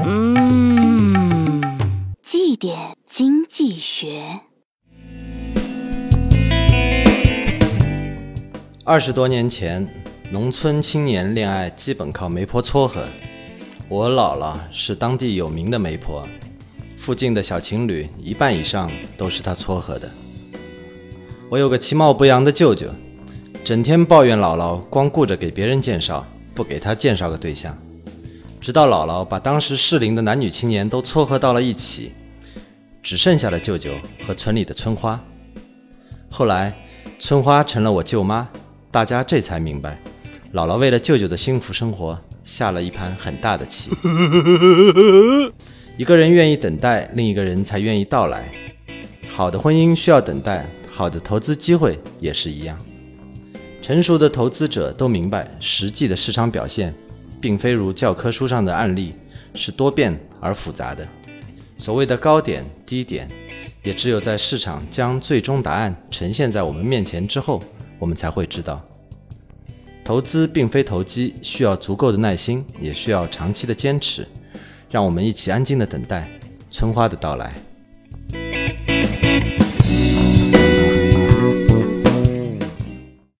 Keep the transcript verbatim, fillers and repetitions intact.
嗯，绩点经济学。 二十多年前，农村青年恋爱基本靠媒婆撮合。我姥姥是当地有名的媒婆，附近的小情侣一半以上都是她撮合的。我有个其貌不扬的舅舅，整天抱怨姥姥光顾着给别人介绍，不给他介绍个对象。直到姥姥把当时适龄的男女青年都撮合到了一起，只剩下了舅舅和村里的村花。后来村花成了我舅妈，大家这才明白，姥姥为了舅舅的幸福生活下了一盘很大的棋。一个人愿意等待，另一个人才愿意到来。好的婚姻需要等待，好的投资机会也是一样。成熟的投资者都明白，实际的市场表现并非如教科书上的案例，是多变而复杂的。所谓的高点低点，也只有在市场将最终答案呈现在我们面前之后，我们才会知道。投资并非投机，需要足够的耐心，也需要长期的坚持。让我们一起安静地等待春花的到来。